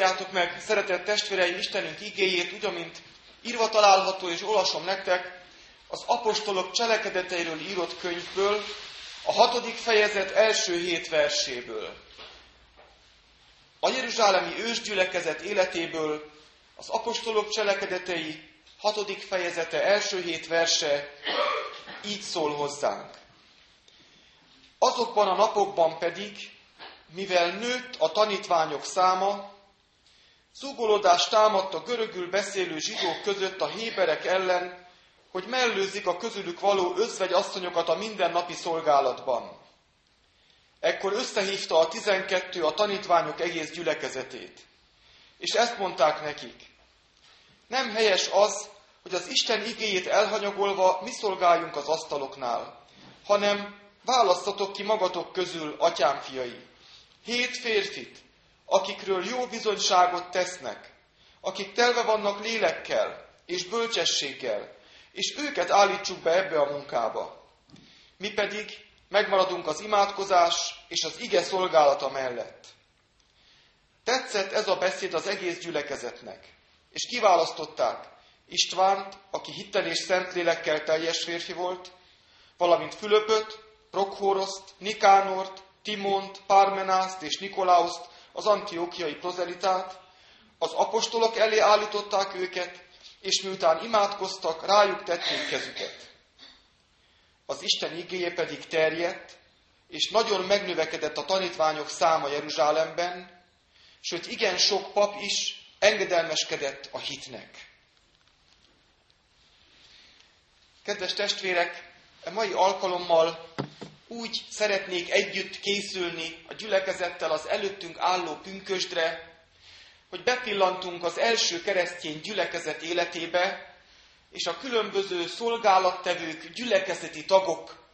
Halljátok meg, szeretett testvéreim, Istenünk igéjét, úgy, amint írva található, és olvasom nektek az apostolok cselekedeteiről írott könyvből, a 6. fejezet első 7 verséből. A jeruzsálemi ősgyülekezet életéből az apostolok cselekedetei 6. fejezete első 7 verse így szól hozzánk. Azokban a napokban pedig, mivel nőtt a tanítványok száma, zúgolódást támadt a görögül beszélő zsidók között a héberek ellen, hogy mellőzik a közülük való özvegyasszonyokat a mindennapi szolgálatban. Ekkor összehívta a 12 a tanítványok egész gyülekezetét, és ezt mondták nekik: nem helyes az, hogy az Isten igéjét elhanyagolva mi szolgáljunk az asztaloknál, hanem választatok ki magatok közül, atyám fiai, 7 férfit, akikről jó bizonyságot tesznek, akik telve vannak lélekkel és bölcsességgel, és őket állítsuk be ebbe a munkába. Mi pedig megmaradunk az imádkozás és az ige szolgálata mellett. Tetszett ez a beszéd az egész gyülekezetnek, és kiválasztották Istvánt, aki hittel és szentlélekkel teljes férfi volt, valamint Fülöpöt, Prokhóroszt, Nikánort, Timont, Pármenászt és Nikolauszt, az antiochiai prozelitát, az apostolok elé állították őket, és miután imádkoztak, rájuk tették kezüket. Az Isten igéje pedig terjedt, és nagyon megnövekedett a tanítványok száma Jeruzsálemben, sőt igen sok pap is engedelmeskedett a hitnek. Kedves testvérek, a mai alkalommal úgy szeretnék együtt készülni a gyülekezettel az előttünk álló pünkösdre, hogy bepillantunk az első keresztény gyülekezet életébe, és a különböző szolgálattevők, gyülekezeti tagok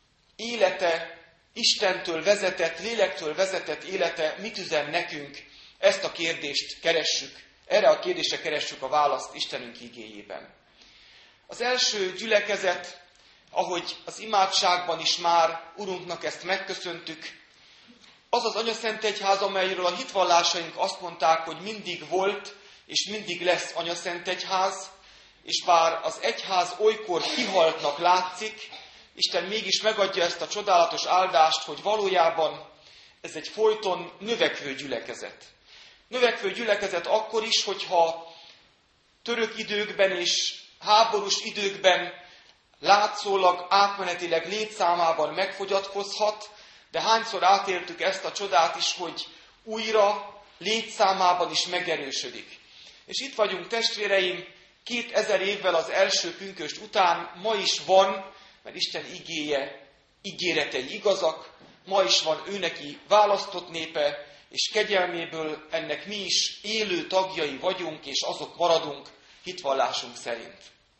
élete, Istentől vezetett, lélektől vezetett élete mit üzen nekünk, ezt a kérdést keressük, erre a kérdésre keressük a választ Istenünk igéjében. Az első gyülekezet, ahogy az imádságban is már Urunknak ezt megköszöntük, az az Anyaszentegyház, amelyről a hitvallásaink azt mondták, hogy mindig volt és mindig lesz Anyaszentegyház, és bár az egyház olykor kihaltnak látszik, Isten mégis megadja ezt a csodálatos áldást, hogy valójában ez egy folyton növekvő gyülekezet. Növekvő gyülekezet akkor is, hogyha török időkben és háborús időkben látszólag átmenetileg létszámában megfogyatkozhat, de hányszor átéltük ezt a csodát is, hogy újra létszámában is megerősödik. És itt vagyunk, testvéreim, 2000 évvel az első pünkösd után, ma is van, mert Isten igéje, ígéretei igazak, ma is van őneki választott népe, és kegyelméből ennek mi is élő tagjai vagyunk, és azok maradunk hitvallásunk szerint.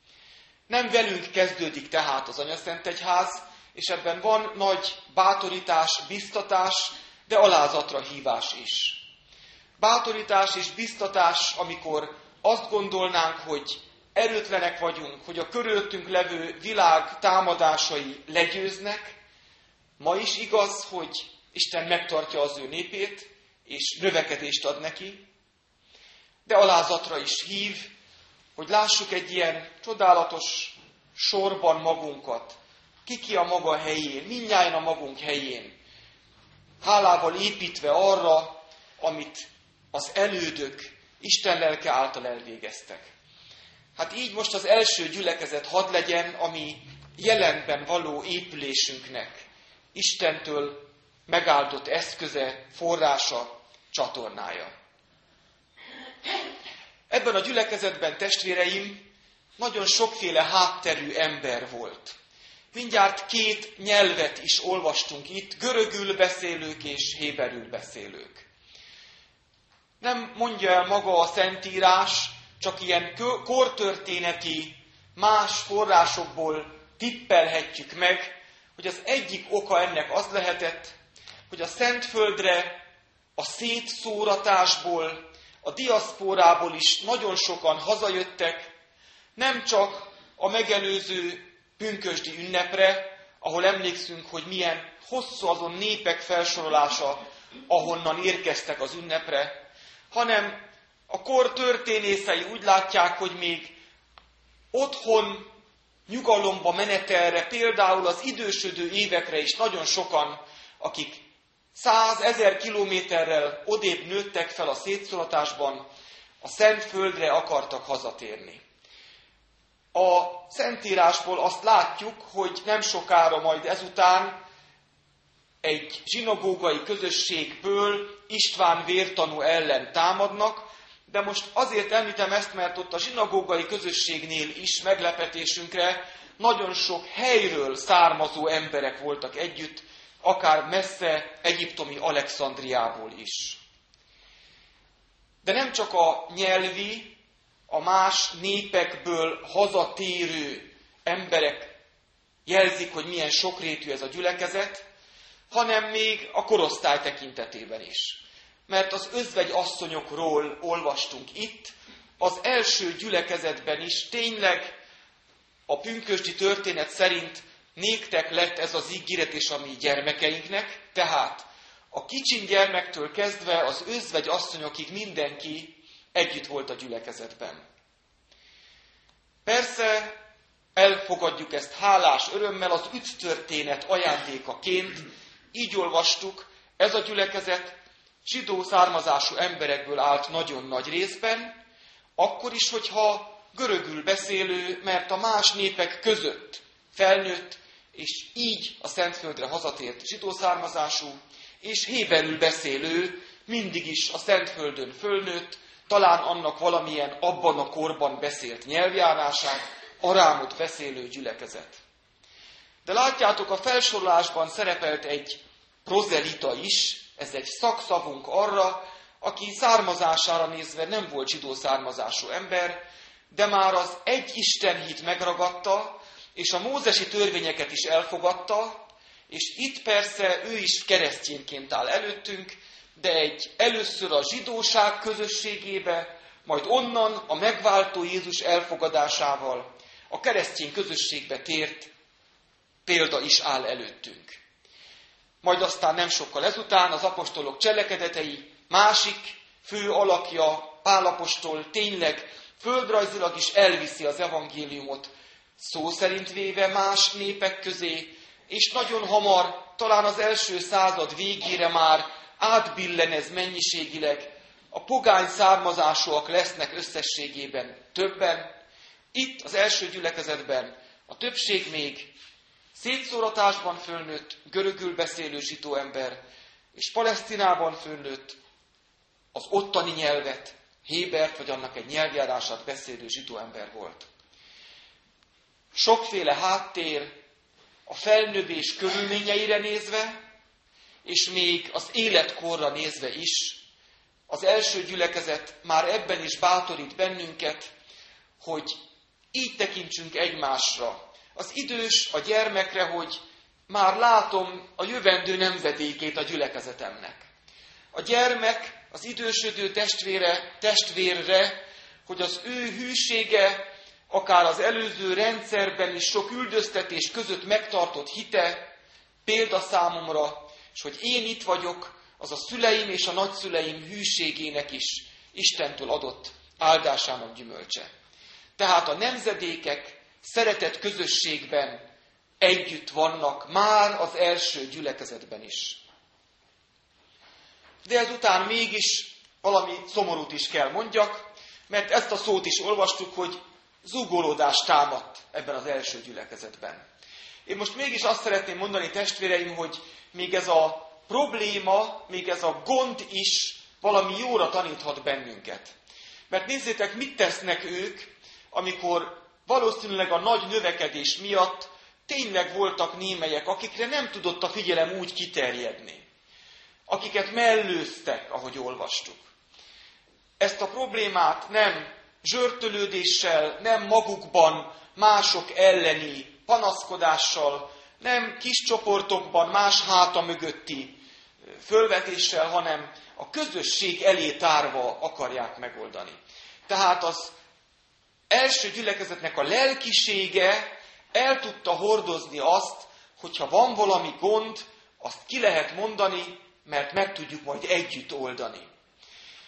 Nem velünk kezdődik tehát az Anyaszentegyház, és ebben van nagy bátorítás, biztatás, de alázatra hívás is. Bátorítás és biztatás, amikor azt gondolnánk, hogy erőtlenek vagyunk, hogy a körülöttünk levő világ támadásai legyőznek. Ma is igaz, hogy Isten megtartja az ő népét, és növekedést ad neki, de alázatra is hív, hogy lássuk egy ilyen csodálatos sorban magunkat, ki a maga helyén, mindnyájan a magunk helyén, hálával építve arra, amit az elődök Isten lelke által elvégeztek. Hát így most az első gyülekezet hadd legyen, ami jelenben való épülésünknek Istentől megáldott eszköze, forrása, csatornája. Ebben a gyülekezetben, testvéreim, nagyon sokféle hátterű ember volt. Mindjárt 2 nyelvet is olvastunk itt, görögül beszélők és héberül beszélők. Nem mondja el maga a Szentírás, csak ilyen kortörténeti, más forrásokból tippelhetjük meg, hogy az egyik oka ennek az lehetett, hogy a Szentföldre a szétszóratásból, a diaszpórából is nagyon sokan hazajöttek, nem csak a megelőző pünkösdi ünnepre, ahol emlékszünk, hogy milyen hosszú azon népek felsorolása, ahonnan érkeztek az ünnepre, hanem a kor történészei úgy látják, hogy még otthon, nyugalomba menetelre, például az idősödő évekre is nagyon sokan, akik 100-1000 kilométerrel odébb nőttek fel a szétszóratásban, a Szentföldre akartak hazatérni. A Szentírásból azt látjuk, hogy nem sokára majd ezután egy zsinagógai közösségből István vértanú ellen támadnak, de most azért említem ezt, mert ott a zsinagógai közösségnél is meglepetésünkre nagyon sok helyről származó emberek voltak együtt, akár messze egyiptomi Alexandriából is. De nem csak a nyelvi, a más népekből hazatérő emberek jelzik, hogy milyen sokrétű ez a gyülekezet, hanem még a korosztály tekintetében is. Mert az özvegy asszonyokról olvastunk itt, az első gyülekezetben is tényleg a pünkösdi történet szerint néktek lett ez az ígéret és a mi gyermekeinknek, tehát a kicsin gyermektől kezdve az özvegy asszonyokig mindenki együtt volt a gyülekezetben. Persze elfogadjuk ezt hálás örömmel az üdvtörténet ajándékaként, így olvastuk, ez a gyülekezet zsidó származású emberekből állt nagyon nagy részben, akkor is, hogyha görögül beszélő, mert a más népek között felnőtt, és így a Szentföldre hazatért zsidó származású, és héberül beszélő, mindig is a Szentföldön fölnőtt, talán annak valamilyen abban a korban beszélt nyelvjárását, arámot beszélő gyülekezet. De látjátok, a felsorolásban szerepelt egy prozelita is, ez egy szakszavunk arra, aki származására nézve nem volt zsidó származású ember, de már az egy istenhit megragadta, és a mózesi törvényeket is elfogadta, és itt persze ő is keresztényként áll előttünk, de először a zsidóság közösségébe, majd onnan a megváltó Jézus elfogadásával a keresztény közösségbe tért példa is áll előttünk. Majd aztán nem sokkal ezután az apostolok cselekedetei másik fő alakja, Pál apostol tényleg földrajzilag is elviszi az evangéliumot, szó szerint véve más népek közé, és nagyon hamar, talán az első század végére már átbillen ez mennyiségileg, a pogány származásúak lesznek összességében többen. Itt az első gyülekezetben a többség még szétszóratásban fölnőtt, görögül beszélő zsidó ember, és Palesztinában fölnőtt, az ottani nyelvet, hébert, vagy annak egy nyelvjárását beszélő zsidó ember volt. Sokféle háttér a felnövés körülményeire nézve, és még az életkorra nézve is, az első gyülekezet már ebben is bátorít bennünket, hogy így tekintsünk egymásra. Az idős a gyermekre, hogy már látom a jövendő nemzedékét a gyülekezetemnek. A gyermek az idősödő testvérre, hogy az ő hűsége, akár az előző rendszerben is sok üldöztetés között megtartott hite példa számomra, és hogy én itt vagyok, az a szüleim és a nagyszüleim hűségének is Istentől adott áldásának gyümölcse. Tehát a nemzedékek szeretett közösségben együtt vannak már az első gyülekezetben is. De ezután mégis valami szomorút is kell mondjak, mert ezt a szót is olvastuk, hogy zúgolódás támadt ebben az első gyülekezetben. Én most mégis azt szeretném mondani, testvéreim, hogy még ez a probléma, még ez a gond is valami jóra taníthat bennünket. Mert nézzétek, mit tesznek ők, amikor valószínűleg a nagy növekedés miatt tényleg voltak némelyek, akikre nem tudott a figyelem úgy kiterjedni. Akiket mellőztek, ahogy olvastuk. Ezt a problémát nem zsörtölődéssel, nem magukban mások elleni panaszkodással, nem kis csoportokban más háta mögötti fölvetéssel, hanem a közösség elé tárva akarják megoldani. Tehát az első gyülekezetnek a lelkisége el tudta hordozni azt, hogyha van valami gond, azt ki lehet mondani, mert meg tudjuk majd együtt oldani.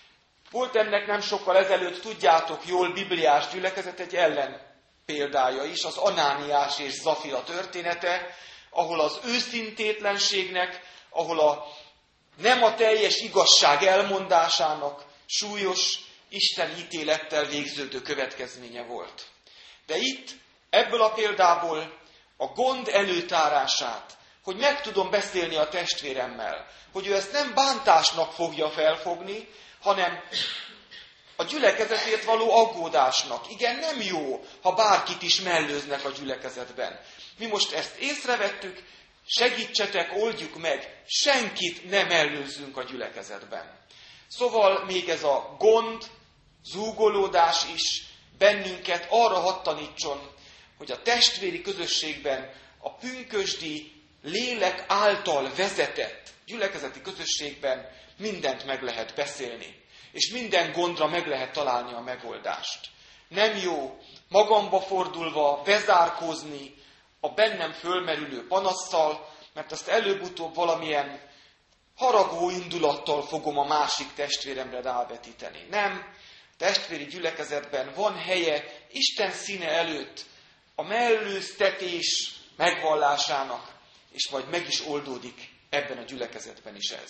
Volt ennek nem sokkal ezelőtt, tudjátok jól, bibliás gyülekezet egy ellenpéldája is, az Anániás és Zafira története, ahol az őszintétlenségnek, ahol nem a teljes igazság elmondásának súlyos Isten ítélettel végződő következménye volt. De itt, ebből a példából a gond előtárását, hogy meg tudom beszélni a testvéremmel, hogy ő ezt nem bántásnak fogja felfogni, hanem a gyülekezetért való aggódásnak. Igen, nem jó, ha bárkit is mellőznek a gyülekezetben. Mi most ezt észrevettük, segítsetek, oldjuk meg, senkit nem mellőzzünk a gyülekezetben. Szóval még ez a gond, zúgolódás is bennünket arra hadd tanítson, hogy a testvéri közösségben a pünkösdi lélek által vezetett gyülekezeti közösségben mindent meg lehet beszélni, és minden gondra meg lehet találni a megoldást. Nem jó magamba fordulva bezárkózni a bennem fölmerülő panasszal, mert azt előbb-utóbb valamilyen haragó indulattal fogom a másik testvéremre rávetíteni. Nem, testvéri gyülekezetben van helye Isten színe előtt a mellőztetés megvallásának, és majd meg is oldódik ebben a gyülekezetben is ez.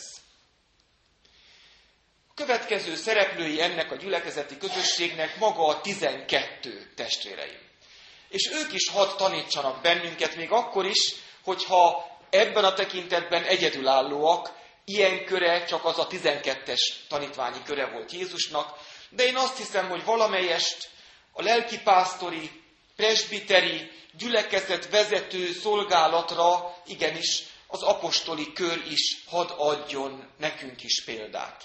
A következő szereplői ennek a gyülekezeti közösségnek maga a 12 testvéreim. És ők is hadd tanítsanak bennünket, még akkor is, hogyha ebben a tekintetben egyedülállóak, ilyen köre csak az a 12-es tanítványi köre volt Jézusnak, de én azt hiszem, hogy valamelyest a lelkipásztori, presbiteri, gyülekezet vezető szolgálatra igenis az apostoli kör is hadd adjon nekünk is példát.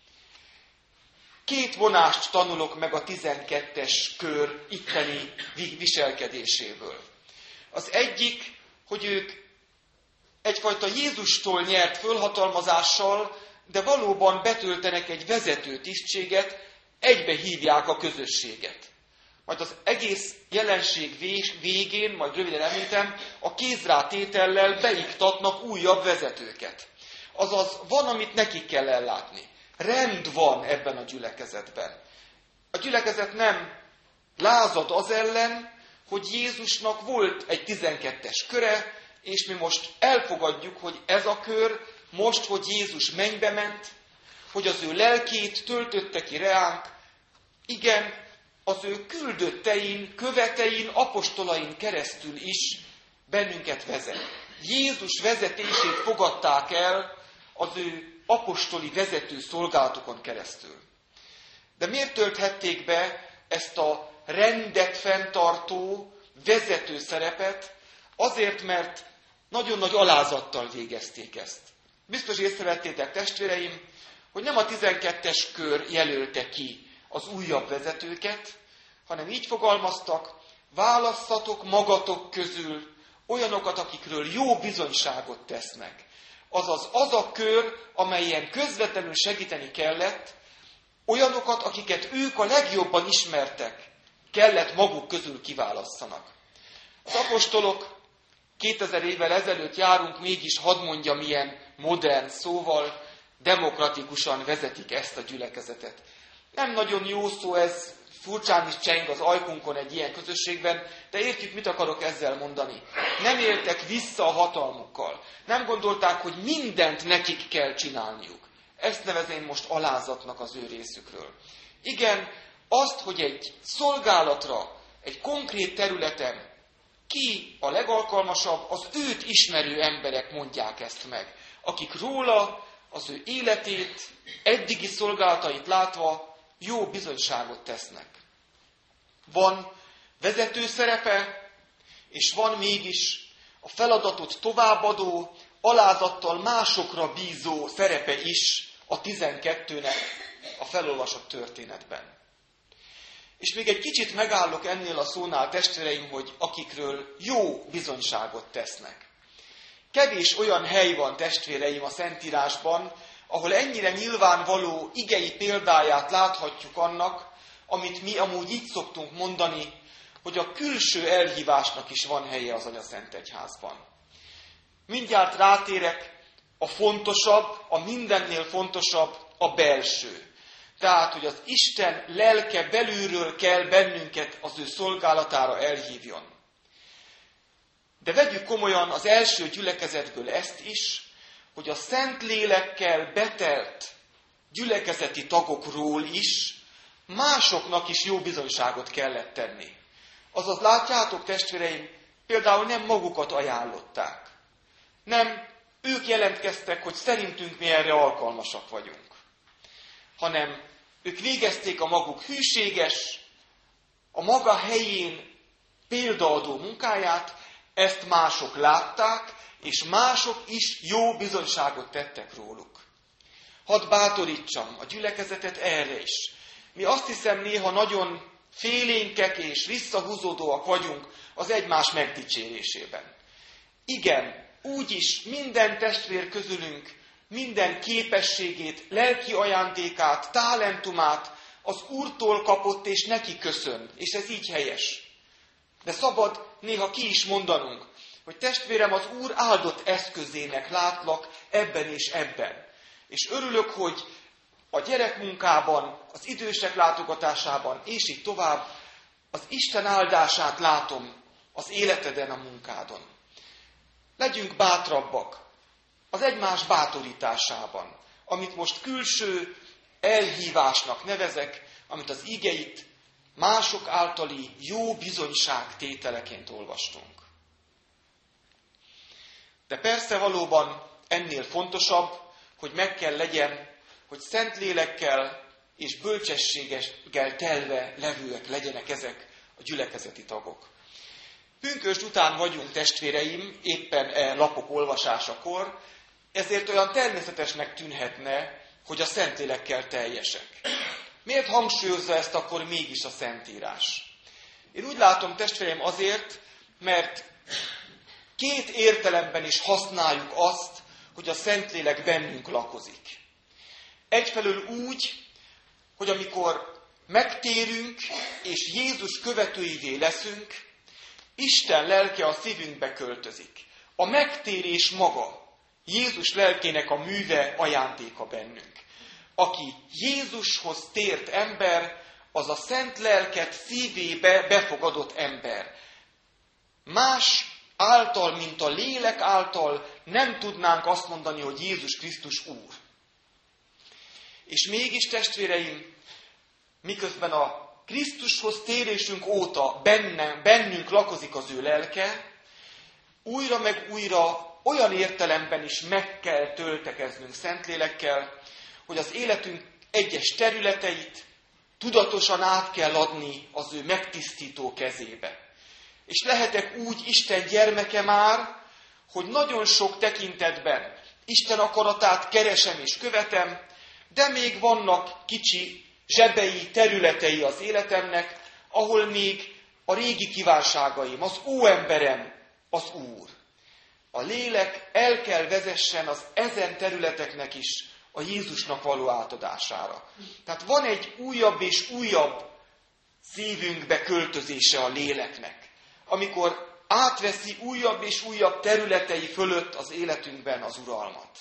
2 vonást tanulok meg a 12-es kör itteni viselkedéséből. Az egyik, hogy ők egyfajta Jézustól nyert fölhatalmazással, de valóban betöltenek egy vezető tisztséget, egybe hívják a közösséget. Majd az egész jelenség végén, majd röviden említem, a kézrátétellel beiktatnak újabb vezetőket. Azaz van, amit nekik kell ellátni. Rend van ebben a gyülekezetben. A gyülekezet nem lázad az ellen, hogy Jézusnak volt egy 12-es köre, és mi most elfogadjuk, hogy ez a kör most, hogy Jézus mennybe ment, hogy az ő lelkét töltötte ki reánk, igen, az ő küldöttein, követein, apostolain keresztül is bennünket vezet. Jézus vezetését fogadták el az ő apostoli vezető szolgálatokon keresztül. De miért tölthették be ezt a rendet fenntartó, vezető szerepet? Azért, mert nagyon nagy alázattal végezték ezt. Biztos észrevettétek, testvéreim, hogy nem a 12-es kör jelölte ki az újabb vezetőket, hanem így fogalmaztak, válasszatok magatok közül olyanokat, akikről jó bizonyságot tesznek. Azaz az a kör, amelyen közvetlenül segíteni kellett, olyanokat, akiket ők a legjobban ismertek, kellett maguk közül kiválasszanak. Az apostolok 2000 évvel ezelőtt járunk, mégis hadd mondjam ilyen modern szóval, demokratikusan vezetik ezt a gyülekezetet. Nem nagyon jó szó ez, furcsán is cseng az ajkunkon egy ilyen közösségben, de értjük, mit akarok ezzel mondani. Nem éltek vissza a hatalmukkal. Nem gondolták, hogy mindent nekik kell csinálniuk. Ezt nevezem most alázatnak az ő részükről. Igen, azt, hogy egy szolgálatra, egy konkrét területen ki a legalkalmasabb, az őt ismerő emberek mondják ezt meg, akik róla, az ő életét, eddigi szolgálatait látva jó bizonyságot tesznek. Van vezető szerepe, és van mégis a feladatot továbbadó, alázattal másokra bízó szerepe is a 12-nek a felolvasott történetben. És még egy kicsit megállok ennél a szónál, testvéreim, hogy akikről jó bizonyságot tesznek. Kevés olyan hely van, testvéreim, a Szentírásban, ahol ennyire nyilvánvaló igei példáját láthatjuk annak, amit mi amúgy így szoktunk mondani, hogy a külső elhívásnak is van helye az Anyaszent Egyházban. Mindjárt rátérek, a fontosabb, a mindennél fontosabb a belső. Tehát, hogy az Isten lelke belülről kell bennünket az ő szolgálatára elhívjon. De vegyük komolyan az első gyülekezetből ezt is, hogy a Szent Lélekkel betelt gyülekezeti tagokról is másoknak is jó bizonyságot kellett tenni. Azaz látjátok, testvéreim, például nem magukat ajánlották. Nem ők jelentkeztek, hogy szerintünk mi erre alkalmasak vagyunk. Hanem ők végezték a maguk hűséges, a maga helyén példaadó munkáját, ezt mások látták, és mások is jó bizonyságot tettek róluk. Hadd bátorítsam a gyülekezetet erre is. Mi azt hiszem néha nagyon félénkek és visszahúzódóak vagyunk az egymás megdicsérésében. Igen, úgyis minden testvér közülünk minden képességét, lelki ajándékát, talentumát az Úrtól kapott és neki köszön, és ez így helyes. De szabad néha ki is mondanunk, hogy testvérem, az Úr áldott eszközének látlak ebben és ebben. És örülök, hogy a gyerekmunkában, az idősek látogatásában, és így tovább, az Isten áldását látom az életeden, a munkádon. Legyünk bátrabbak az egymás bátorításában, amit most külső elhívásnak nevezek, amit az igeit mások általi jó bizonyság tételeként olvastunk. De persze valóban ennél fontosabb, hogy meg kell legyen, hogy Szentlélekkel és bölcsességgel telve levőek legyenek ezek a gyülekezeti tagok. Pünkösd után vagyunk, testvéreim, éppen lapok olvasásakor, ezért olyan természetesnek tűnhetne, hogy a Szentlélekkel teljesek. Miért hangsúlyozza ezt akkor mégis a Szentírás? Én úgy látom, testvéreim, azért, mert két értelemben is használjuk azt, hogy a Szentlélek bennünk lakozik. Egyfelől úgy, hogy amikor megtérünk és Jézus követőivé leszünk, Isten lelke a szívünkbe költözik. A megtérés maga Jézus lelkének a műve, ajándéka bennünk. Aki Jézushoz tért ember, az a Szent Lelket szívébe befogadott ember. Más által, mint a lélek által nem tudnánk azt mondani, hogy Jézus Krisztus Úr. És mégis, testvéreim, miközben a Krisztushoz térésünk óta bennünk lakozik az ő lelke, újra meg újra olyan értelemben is meg kell töltekeznünk Szentlélekkel, hogy az életünk egyes területeit tudatosan át kell adni az ő megtisztító kezébe. És lehetek úgy Isten gyermeke már, hogy nagyon sok tekintetben Isten akaratát keresem és követem, de még vannak kicsi zsebei, területei az életemnek, ahol még a régi kívánságaim, az óemberem az Úr. A lélek el kell vezessen az ezen területeknek is a Jézusnak való átadására. Tehát van egy újabb és újabb szívünkbe költözése a léleknek, amikor átveszi újabb és újabb területei fölött az életünkben az uralmat.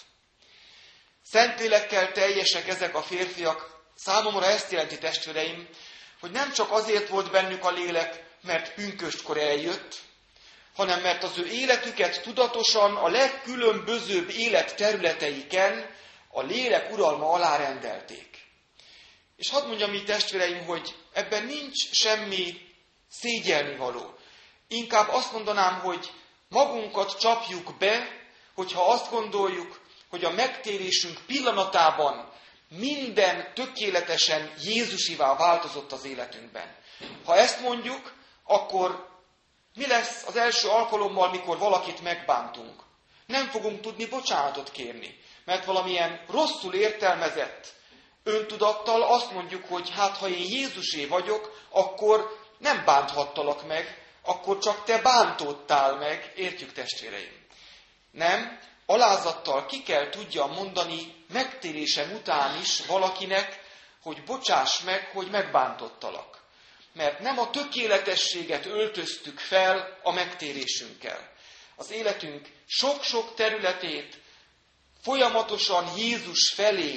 Szentlélekkel teljesek ezek a férfiak, számomra ezt jelenti, testvéreim, hogy nem csak azért volt bennük a lélek, mert pünköstkor eljött, hanem mert az ő életüket tudatosan a legkülönbözőbb életterületeiken a lélek uralma alá rendelték. És hadd mondjam így, testvéreim, hogy ebben nincs semmi szégyelnivaló. Inkább azt mondanám, hogy magunkat csapjuk be, hogyha azt gondoljuk, hogy a megtérésünk pillanatában minden tökéletesen Jézusivá változott az életünkben. Ha ezt mondjuk, akkor mi lesz az első alkalommal, mikor valakit megbántunk? Nem fogunk tudni bocsánatot kérni, mert valamilyen rosszul értelmezett öntudattal azt mondjuk, hogy hát ha én Jézusé vagyok, akkor nem bánthattalak meg, akkor csak te bántottál meg, értjük, testvéreim. Nem, alázattal ki kell tudja mondani megtérésem után is valakinek, hogy bocsáss meg, hogy megbántottalak. Mert nem a tökéletességet öltöztük fel a megtérésünkkel. Az életünk sok-sok területét folyamatosan Jézus felé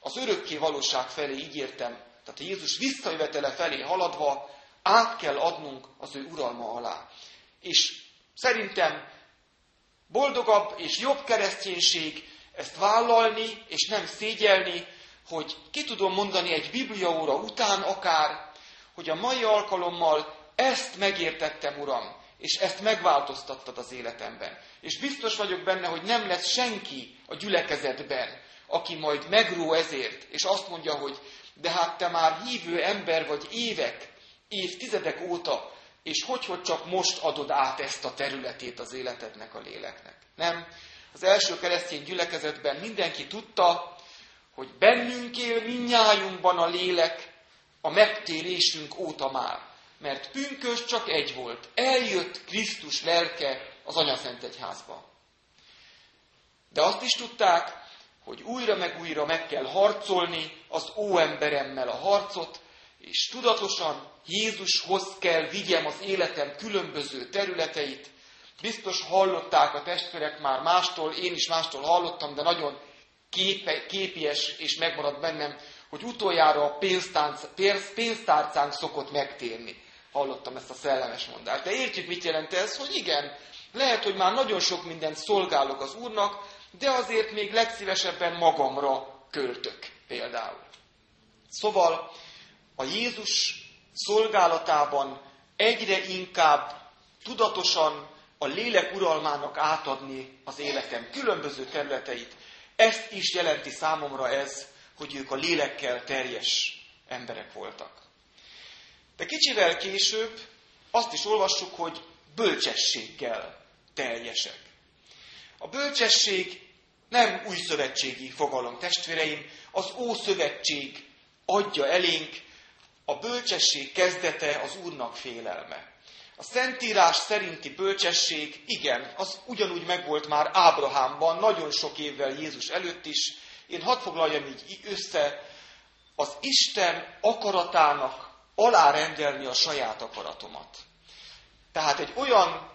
az örökké valóság felé ígértem, tehát a Jézus visszajövetele felé haladva át kell adnunk az ő uralma alá. És szerintem boldogabb és jobb kereszténység ezt vállalni, és nem szégyelni, hogy ki tudom mondani egy bibliaóra után akár, hogy a mai alkalommal ezt megértettem, Uram, és ezt megváltoztattad az életemben. És biztos vagyok benne, hogy nem lesz senki a gyülekezetben, aki majd megró ezért, és azt mondja, hogy de hát te már hívő ember vagy évek, évtizedek óta, és hogy csak most adod át ezt a területét az életednek, a léleknek. Nem. Az első keresztény gyülekezetben mindenki tudta, hogy bennünk él mindnyájunkban a lélek a megtérésünk óta már. Mert pünkösd csak egy volt. Eljött Krisztus lelke az Anyaszentegyházba. De azt is tudták, hogy újra meg újra meg kell harcolni az óemberemmel a harcot, és tudatosan Jézushoz kell vigyem az életem különböző területeit. Biztos hallották a testvérek már mástól, én is mástól hallottam, de nagyon képies és megmaradt bennem, hogy utoljára a pénztárcánk szokott megtérni. Hallottam ezt a szellemes mondást. De értjük, mit jelent ez, hogy igen, lehet, hogy már nagyon sok mindent szolgálok az Úrnak, de azért még legszívesebben magamra költök például. Szóval a Jézus szolgálatában egyre inkább tudatosan a lélek uralmának átadni az életem különböző területeit. Ezt is jelenti számomra ez, hogy ők a lélekkel teljes emberek voltak. De kicsivel később azt is olvassuk, hogy bölcsességgel teljesek. A bölcsesség nem újszövetségi fogalom, testvéreim, az Ószövetség adja elénk, a bölcsesség kezdete az Úrnak félelme. A Szentírás szerinti bölcsesség, igen, az ugyanúgy megvolt már Ábrahámban, nagyon sok évvel Jézus előtt is. Én hadd foglaljam így össze, az Isten akaratának alárendelni a saját akaratomat. Tehát egy olyan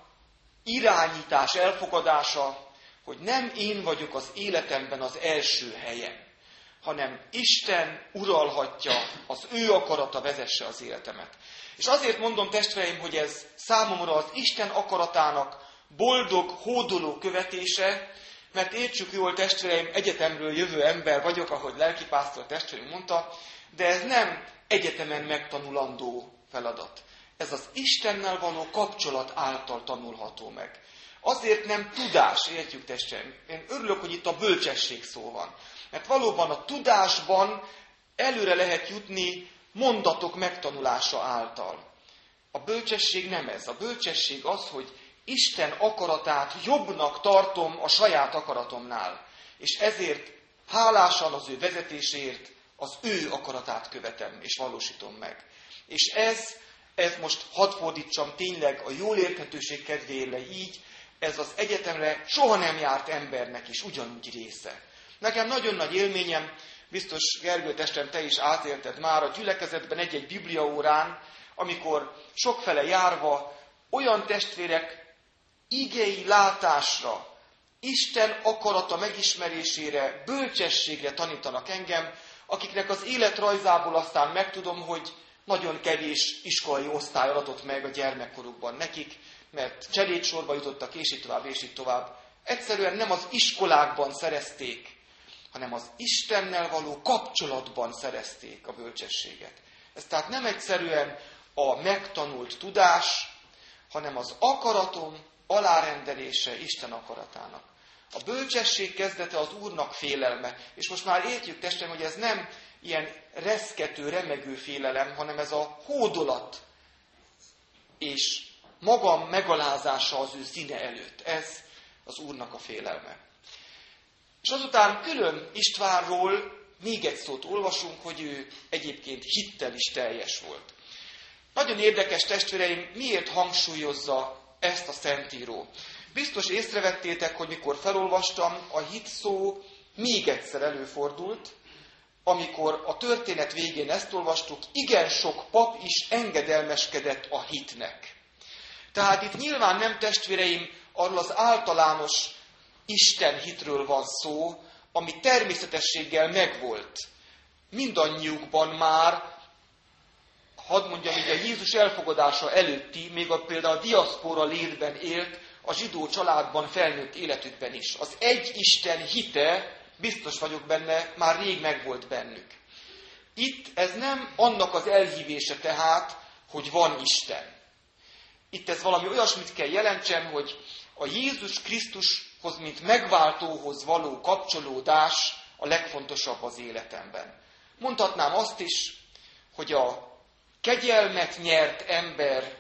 irányítás elfogadása, hogy nem én vagyok az életemben az első helyen, hanem Isten uralhatja, az ő akarata vezesse az életemet. És azért mondom, testvéreim, hogy ez számomra az Isten akaratának boldog, hódoló követése, mert értsük jól, testvéreim, egyetemről jövő ember vagyok, ahogy lelkipásztor testvérünk mondta, de ez nem egyetemen megtanulandó feladat. Ez az Istennel való kapcsolat által tanulható meg. Azért nem tudás, értjük testvéreim. Én örülök, hogy itt a bölcsesség szó van. Mert valóban a tudásban előre lehet jutni mondatok megtanulása által. A bölcsesség nem ez. A bölcsesség az, hogy Isten akaratát jobbnak tartom a saját akaratomnál. És ezért hálásan az ő vezetéséért az ő akaratát követem és valósítom meg. És ez most hadd fordítsam tényleg a jól érthetőség kedvéért így, ez az egyetemre soha nem járt embernek is ugyanúgy része. Nekem nagyon nagy élményem, biztos Gergő testvérem, te is átélted már a gyülekezetben egy-egy bibliaórán, amikor sokfele járva olyan testvérek igei látásra, Isten akarata megismerésére, bölcsességre tanítanak engem, akiknek az életrajzából aztán megtudom, hogy nagyon kevés iskolai osztály adatott meg a gyermekkorukban nekik, mert cselédsorba jutottak, és így tovább. Egyszerűen nem az iskolákban szerezték, hanem az Istennel való kapcsolatban szerezték a bölcsességet. Ez tehát nem egyszerűen a megtanult tudás, hanem az akaratom alárendelése Isten akaratának. A bölcsesség kezdete az Úrnak félelme, és most már értjük, testvérem, hogy ez nem ilyen reszkető, remegő félelem, hanem ez a hódolat és magam megalázása az ő színe előtt. Ez az Úrnak a félelme. És azután külön Istvánról még egy szót olvasunk, hogy ő egyébként hittel is teljes volt. Nagyon érdekes, testvéreim, miért hangsúlyozza ezt a Szentíró. Biztos észrevettétek, hogy mikor felolvastam, a hit szó még egyszer előfordult, amikor a történet végén ezt olvastuk, igen sok pap is engedelmeskedett a hitnek. Tehát itt nyilván nem, testvéreim, arról az általános Isten hitről van szó, ami természetességgel megvolt. mindannyiukban már, hadd mondjam így, a Jézus elfogadása előtti, még például a diaszpora létben élt, a zsidó családban felnőtt életükben is. Az egy Isten hite, biztos vagyok benne, már rég megvolt bennük. Itt ez nem annak az elhívése tehát, hogy van Isten. Itt ez valami olyasmit kell jelentsen, hogy a Jézus Krisztushoz, mint megváltóhoz való kapcsolódás a legfontosabb az életemben. Mondhatnám azt is, hogy a kegyelmet nyert ember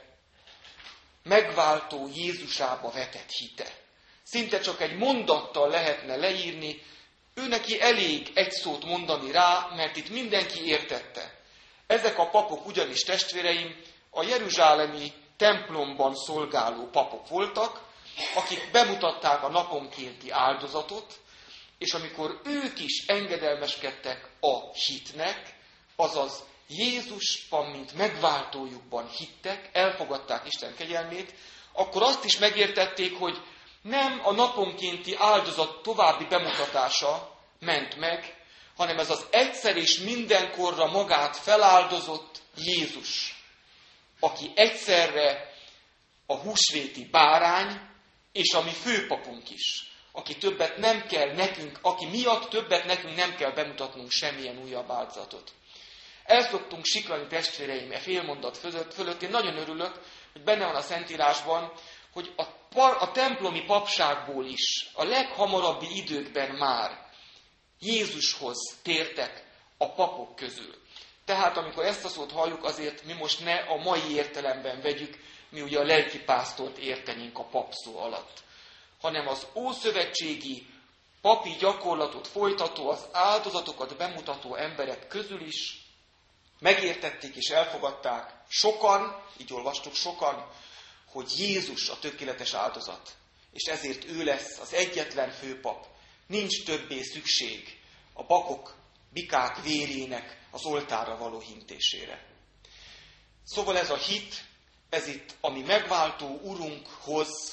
megváltó Jézusába vetett hite. Szinte csak egy mondattal lehetne leírni, ő neki elég egy szót mondani rá, mert itt mindenki értette. Ezek a papok ugyanis, testvéreim, a jeruzsálemi templomban szolgáló papok voltak, akik bemutatták a naponkénti áldozatot, és amikor ők is engedelmeskedtek a hitnek, azaz Jézusban, mint megváltójukban hittek, elfogadták Isten kegyelmét, akkor azt is megértették, hogy nem a naponkénti áldozat további bemutatása ment meg, hanem ez az egyszer és mindenkorra magát feláldozott Jézus, aki egyszerre a húsvéti bárány, és a mi főpapunk is, aki többet nem kell nekünk, aki miatt többet nekünk nem kell bemutatnunk semmilyen újabb áldozatot. El szoktunk siklani, testvéreim, félmondat fölött. Én nagyon örülök, hogy benne van a Szentírásban, hogy a templomi papságból is a leghamarabbi időkben már Jézushoz tértek a papok közül. Tehát amikor ezt a szót halljuk, azért mi most ne a mai értelemben vegyük, mi ugye a lelkipásztort értenénk a pap szó alatt, hanem az ószövetségi papi gyakorlatot folytató, az áldozatokat bemutató emberek közül is megértették és elfogadták sokan, így olvastuk sokan, hogy Jézus a tökéletes áldozat, és ezért ő lesz az egyetlen főpap. Nincs többé szükség a bakok, bikák vérének az oltárra való hintésére. Szóval ez a hit, ez itt a mi megváltó Urunkhoz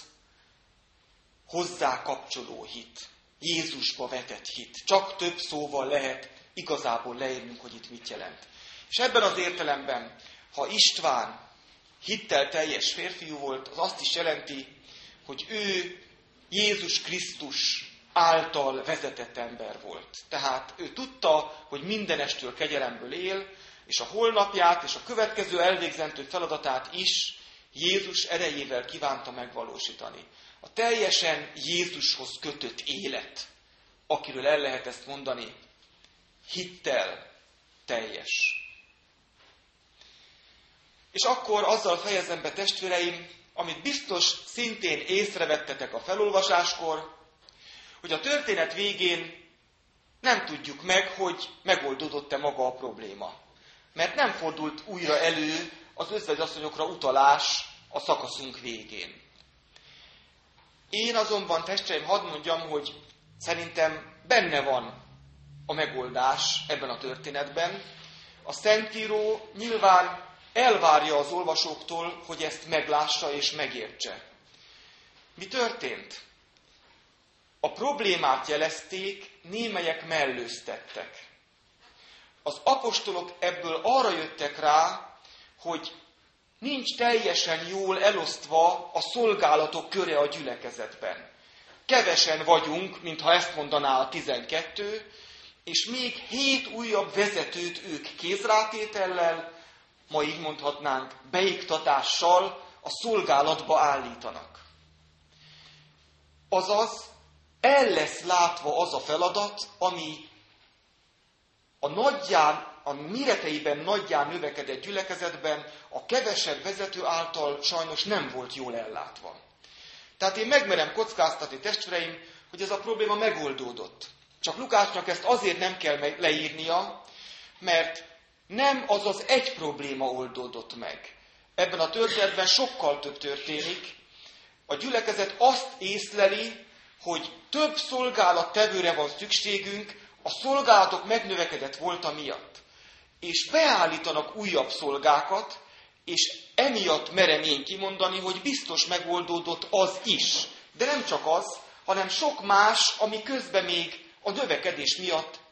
hozzá kapcsoló hit. Jézusba vetett hit. Csak több szóval lehet igazából leírnunk, hogy itt mit jelent. És ebben az értelemben, ha István hittel teljes férfiú volt, az azt is jelenti, hogy ő Jézus Krisztus által vezetett ember volt. Tehát ő tudta, hogy mindenestől kegyelemből él, és a holnapját és a következő elvégzendő feladatát is Jézus erejével kívánta megvalósítani. A teljesen Jézushoz kötött élet, akiről el lehet ezt mondani, hittel teljes. És akkor azzal fejezem be, testvéreim, amit biztos szintén észrevettetek a felolvasáskor, hogy a történet végén nem tudjuk meg, hogy megoldódott-e maga a probléma. Mert nem fordult újra elő az özvegyasszonyokra utalás a szakaszunk végén. Én azonban, testvéreim, hadd mondjam, hogy szerintem benne van a megoldás ebben a történetben. A Szentíró nyilván elvárja az olvasóktól, hogy ezt meglássa és megértse. Mi történt? A problémát jelezték, némelyek mellőztettek. Az apostolok ebből arra jöttek rá, hogy nincs teljesen jól elosztva a szolgálatok köre a gyülekezetben. Kevesen vagyunk, mintha ezt mondaná a 12, és még 7 újabb vezetőt ők kézrátétellel, ma így mondhatnánk, beiktatással a szolgálatba állítanak. Azaz, el lesz látva az a feladat, ami a méreteiben nagyján növekedett gyülekezetben a kevesebb vezető által sajnos nem volt jól ellátva. Tehát én megmerem kockáztatni, testvéreim, hogy ez a probléma megoldódott. Csak Lukácsnak ezt azért nem kell leírnia, mert nem az az egy probléma oldódott meg. Ebben a történetben sokkal több történik. A gyülekezet azt észleli, hogy több szolgálattevőre van szükségünk, a szolgálatok megnövekedett volta miatt. És beállítanak újabb szolgákat, és emiatt merem én kimondani, hogy biztos megoldódott az is. De nem csak az, hanem sok más, ami közben még a növekedés miatt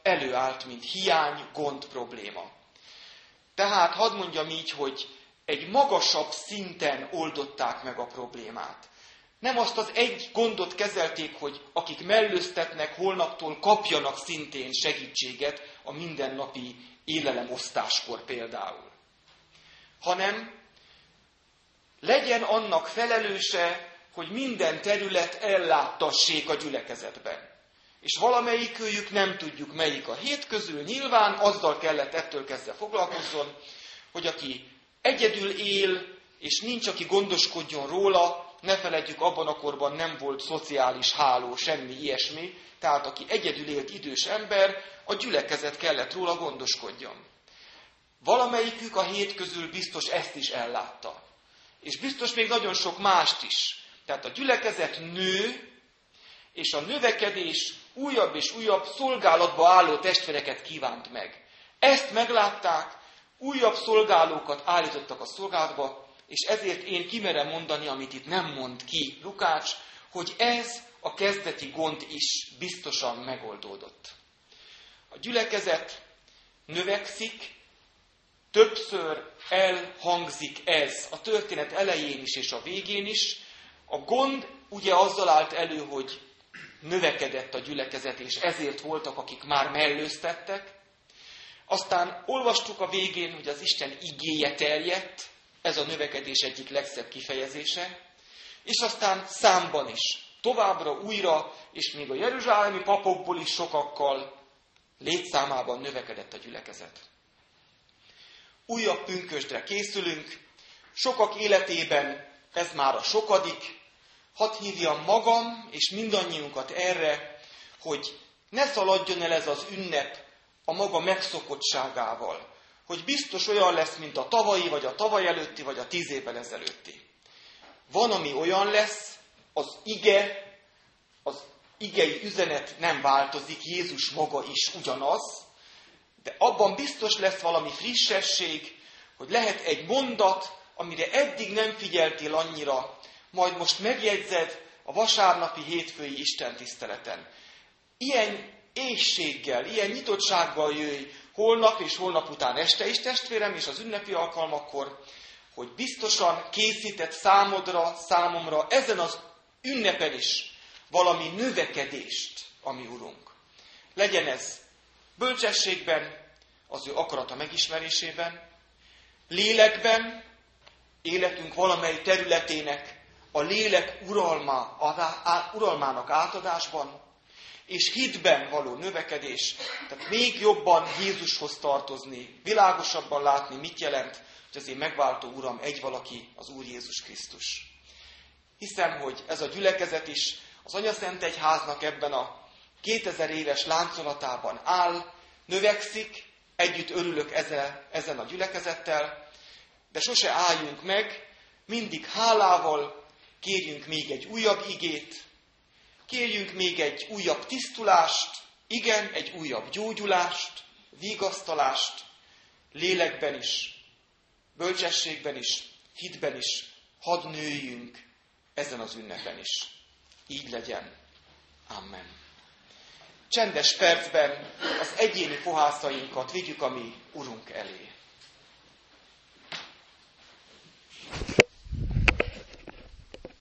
előállt, mint hiány, gond, probléma. Tehát hadd mondjam így, hogy egy magasabb szinten oldották meg a problémát. Nem azt az egy gondot kezelték, hogy akik mellőztetnek, holnaptól kapjanak szintén segítséget a mindennapi élelemosztáskor például. Hanem legyen annak felelőse, hogy minden terület elláttassék a gyülekezetben. És valamelyikőjük, nem tudjuk melyik a hét közül, nyilván azzal kellett ettől kezdve foglalkozzon, hogy aki egyedül él, és nincs, aki gondoskodjon róla, ne feledjük, abban a korban nem volt szociális háló, semmi ilyesmi, tehát aki egyedül élt idős ember, a gyülekezet kellett róla gondoskodjon. Valamelyikük a hét közül biztos ezt is ellátta. És biztos még nagyon sok mást is. Tehát a gyülekezet nő, és a növekedés újabb és újabb szolgálatba álló testvéreket kívánt meg. Ezt meglátták, újabb szolgálókat állítottak a szolgálatba, és ezért én kimerem mondani, amit itt nem mond ki Lukács, hogy ez a kezdeti gond is biztosan megoldódott. A gyülekezet növekszik, többször elhangzik ez a történet elején is és a végén is. A gond ugye azzal állt elő, hogy növekedett a gyülekezet, és ezért voltak, akik már mellőztettek. Aztán olvastuk a végén, hogy az Isten igéje terjedt, ez a növekedés egyik legszebb kifejezése, és aztán számban is, továbbra, újra, és még a jeruzsálemi papokból is sokakkal létszámában növekedett a gyülekezet. Újabb pünkösdre készülünk, sokak életében ez már a sokadik. Hadd hívjam magam és mindannyiunkat erre, hogy ne szaladjon el ez az ünnep a maga megszokottságával, hogy biztos olyan lesz, mint a tavalyi, vagy a tavaly előtti, vagy a 10 évvel ezelőtti. Van, ami olyan lesz, az igei üzenet nem változik, Jézus maga is ugyanaz, de abban biztos lesz valami frissesség, hogy lehet egy mondat, amire eddig nem figyeltél annyira, majd most megjegyzed a vasárnapi hétfői istentiszteleten. Ilyen éhséggel, ilyen nyitottsággal jöjj holnap és holnap után este is, testvérem, és az ünnepi alkalmakkor, hogy biztosan készített számomra ezen az ünnepen is valami növekedést, ami Urunk. Legyen ez bölcsességben, az ő akarata megismerésében, lélekben, életünk valamely területének a lélek uralmának átadásban, és hitben való növekedés, tehát még jobban Jézushoz tartozni, világosabban látni, mit jelent, hogy az én megváltó Uram egy valaki, az Úr Jézus Krisztus. Hiszem, hogy ez a gyülekezet is az Anyaszent Egyháznak ebben a 2000 éves láncolatában áll, növekszik, együtt örülök ezen a gyülekezettel, de sose álljunk meg, mindig hálával kérjünk még egy újabb igét, kérjünk még egy újabb tisztulást, igen, egy újabb gyógyulást, vigasztalást, lélekben is, bölcsességben is, hitben is, hadd nőjünk ezen az ünnepen is. Így legyen. Amen. Csendes percben az egyéni pohászainkat vigyük a mi Urunk elé.